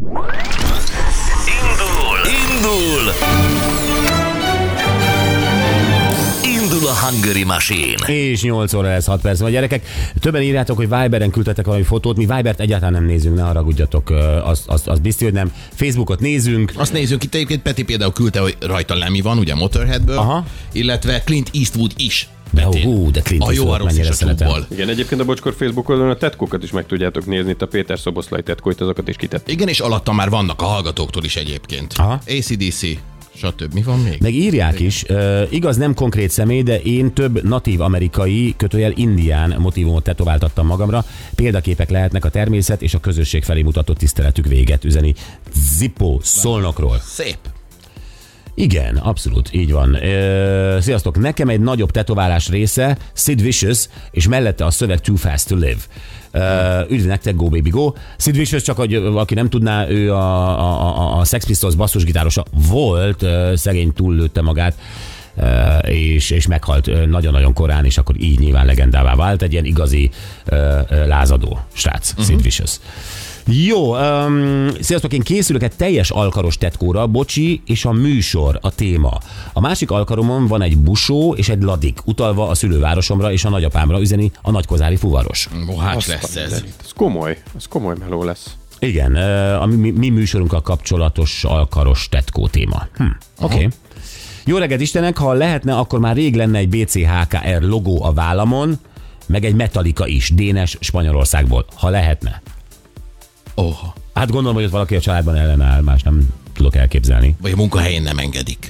Indul a Hungary Machine. És 8 óra lesz 6 perc. Gyerekek, többen írjátok, hogy Viberen küldtetek valami fotót. Mi Vibert egyáltalán nem nézünk, ne haragudjatok. Az biztos, hogy nem. Facebookot nézünk. Azt nézzünk, itt egyébként Peti például küldte, hogy rajta Lemmy van, ugye Motorheadből, Aha. Illetve Clint Eastwood is. De Clint a jó, a rossz és a túlból. Igen, egyébként a Bocskor Facebook oldalon a tetkókat is meg tudjátok nézni, itt a Péter Szoboszlai tetkóit, azokat is kitett. Igen, és alatta már vannak a hallgatóktól is egyébként. Aha. AC/DC, stb. Mi van még? Meg írják is, igaz nem konkrét személy, de én több natív amerikai, indián motívumot tetováltattam magamra. Példaképek lehetnek a természet és a közösség felé mutatott tiszteletük véget üzeni. Zippo Szolnokról. Szép. Igen, abszolút, így van. Sziasztok, nekem egy nagyobb tetoválás része, Sid Vicious, és mellette a szöveg Too Fast to Live. Üdv nektek, Go Baby Go. Sid Vicious, csak hogy aki nem tudná, ő a Sex Pistols basszusgitárosa volt, szegény túllőtte magát, és meghalt nagyon-nagyon korán, és akkor így nyilván legendává vált, egy ilyen igazi lázadó srác, Sid Vicious. Jó, sziasztok, én készülök egy teljes alkaros tetkóra, bocsi, és a műsor a téma. A másik alkaromon van egy busó és egy ladik, utalva a szülővárosomra és a nagyapámra, üzeni a nagykozári fuvaros. Bohács lesz ez. Ez komoly meló lesz. Igen, a mi műsorunkkal kapcsolatos alkaros tetkó téma. Oké. Jó reggelt Istenek, ha lehetne, akkor már rég lenne egy BCHKR logó a vállamon, meg egy Metallica is, Dénes Spanyolországból, ha lehetne. Oha. Hát gondolom, hogy ott valaki a családban ellenáll, más nem tudok elképzelni. Vagy a munkahelyén nem engedik.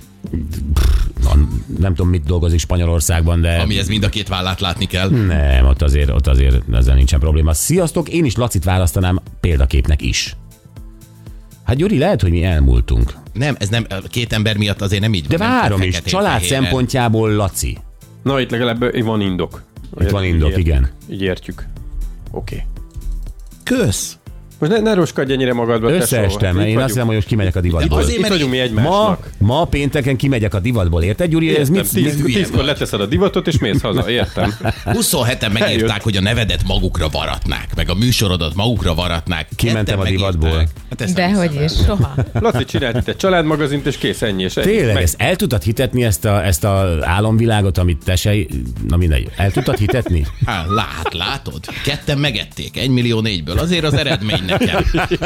Nem tudom, mit dolgozik Spanyolországban, de... Amihez mind a két vállát látni kell. Nem, ott azért ezzel nincsen probléma. Sziasztok, én is Lacit választanám példaképnek is. Hát Gyuri, lehet, hogy mi elmúltunk. Nem, ez nem, két ember miatt azért nem így de van. várom is, család szempontjából Laci. Na, itt legalább van indok. Itt van indok, igen. Így értjük. Oké. Kösz! Most ne roskadj ennyire magadba. Összeestem, én azt hiszem, hogy most kimegyek a divatból. azért, Itt vagyunk mi egymásnak. Ma pénteken kimegyek a divatból, érted, Gyuri? Ez mit? 10-kor leteszed a divatot, és mész haza, értem. 27-en megírták, hogy a nevedet magukra varatnák, meg a műsorodat magukra varatnák. Kimentem a divatból. Hát dehogy is, soha. Laci csinált itt egy családmagazint, és kész, ennyi. És tényleg, ezt el tudtad hitetni, ezt a álomvilágot, amit na mindegy, el tudtad hitetni? Látod? Ketten megették, 1.004.000, azért az eredmény nekem.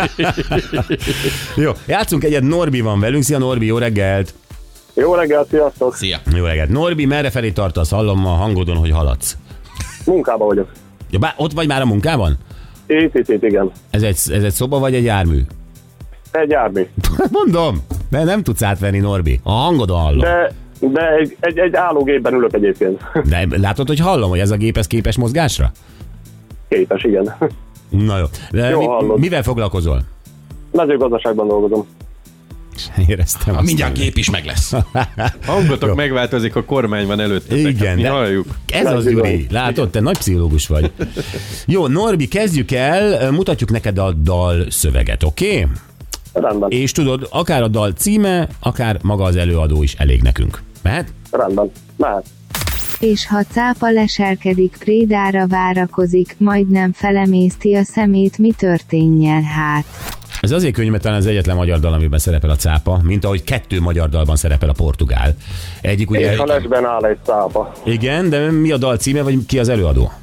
Jó, játszunk egyet, Norbi van velünk. Szia Norbi, jó reggelt! Jó reggelt, sziasztok! Szia! Jó reggelt. Norbi, merre felé tartasz? Hallom a hangodon, hogy haladsz. Munkában vagyok. Ja, ott vagy már a munkában? Itt, igen. Ez egy szoba vagy egy jármű? Egy jármű. Mondom, de nem tudsz átvenni, Norbi. A hangodon hallom. De egy állógépben ülök egyébként. De látod, hogy hallom, hogy ez a gép ez képes mozgásra? Képes, igen. Na jó. De mivel foglalkozol? Mezőgazdaságban dolgozom. Éreztem. Mindjárt gép is meg lesz. Hangotok megváltozik, a kormány van előttetek. Igen, mi de halljuk. ez az, Gyuri. Látod, te nagy pszichológus vagy. Jó, Norbi, kezdjük el, mutatjuk neked a dal szöveget, oké? Rendben. És tudod, akár a dal címe, akár maga az előadó is elég nekünk. Mehet? Rendben. Mehet. És ha cápa leselkedik, prédára várakozik, majdnem felemészti a szemét, mi történjen hát? Ez azért könnyű, mert talán az egyetlen magyar dal, amiben szerepel a cápa, mint ahogy 2 magyar dalban szerepel a portugál. Egyik ugye... És a lesben áll egy cápa. Igen, de mi a dal címe, vagy ki az előadó?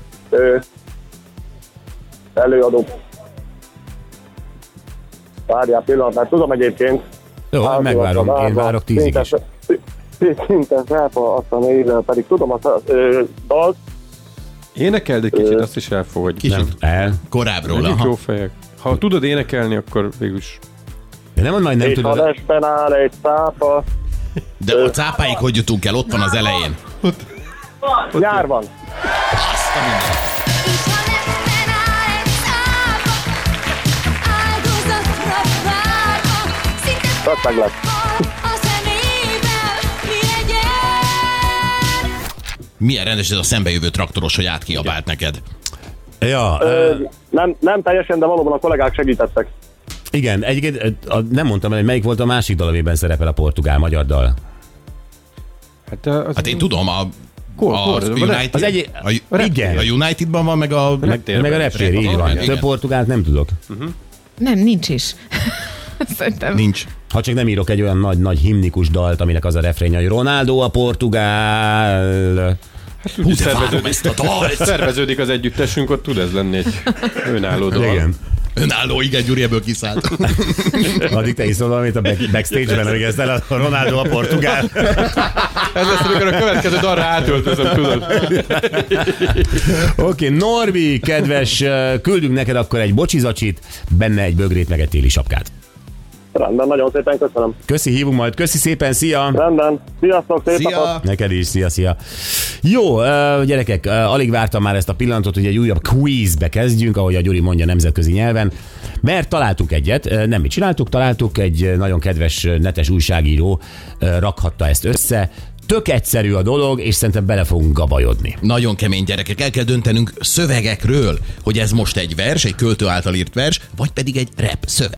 Előadó. Várjál pillanat, mert tudom egyébként. Jó, megvárom, én várok 10-ig is. Szinten cápa, aztán éve pedig tudom azt a dalt. Énekeld egy kicsit, azt is elfogadj. Kicsit korábbról. Mikrofejek. Ha tudod énekelni, akkor végülis... Nem mondd, majd nem és tudod... És ha lesben áll egy cápa... De a cápáig hogy jutunk el? Ott van az elején. Nyár van. Azt a minden. Meg lesz. Milyen rendes ez a szembejövő traktoros, hogy átkiabált neked? Ja, nem teljesen, de valóban a kollégák segítettek. Igen, egyébként nem mondtam el, hogy melyik volt a másik dal, amiben szerepel a portugál-magyar dal. Hát én tudom, a United. Az igen. A Unitedban van, meg a reptér, így van. Több portugált nem tudok. Nem, nincs is. Szerintem. Nincs. Ha csak nem írok egy olyan nagy himnikus dalt, aminek az a refrénje, hogy Ronaldo a portugál. Hú, de várom ezt a dalt. Szerveződik az együttesünk, ott tud ez lenni egy önálló dal. Igen. Önálló, igen, Gyuri ebből kiszállt. Addig te is szól valamit a backstage-ben, hogy ezt el a Ronaldo a portugál. Ez lesz, amikor a következő dalra átöltözöm, tudod. Oké, Norbi, kedves, küldünk neked akkor egy bocsizacsit, benne egy bögrét, meg egy téli sapkát. Rendben, nagyon szépen köszönöm. Köszi, hívunk majd. Köszi szépen, szia! Rendben, sziasztok, szép napot! Szia! Neked is, szia. Jó, gyerekek, alig vártam már ezt a pillanatot, hogy egy újabb quizbe kezdjünk, ahogy a Gyuri mondja nemzetközi nyelven, mert találtunk egyet, nem mi csináltuk, találtuk, egy nagyon kedves netes újságíró rakhatta ezt össze. Tök egyszerű a dolog, és szerintem bele fogunk gabajodni. Nagyon kemény gyerekek, el kell döntenünk szövegekről, hogy ez most egy vers, egy költő által írt vers, vagy pedig egy rap szöveg.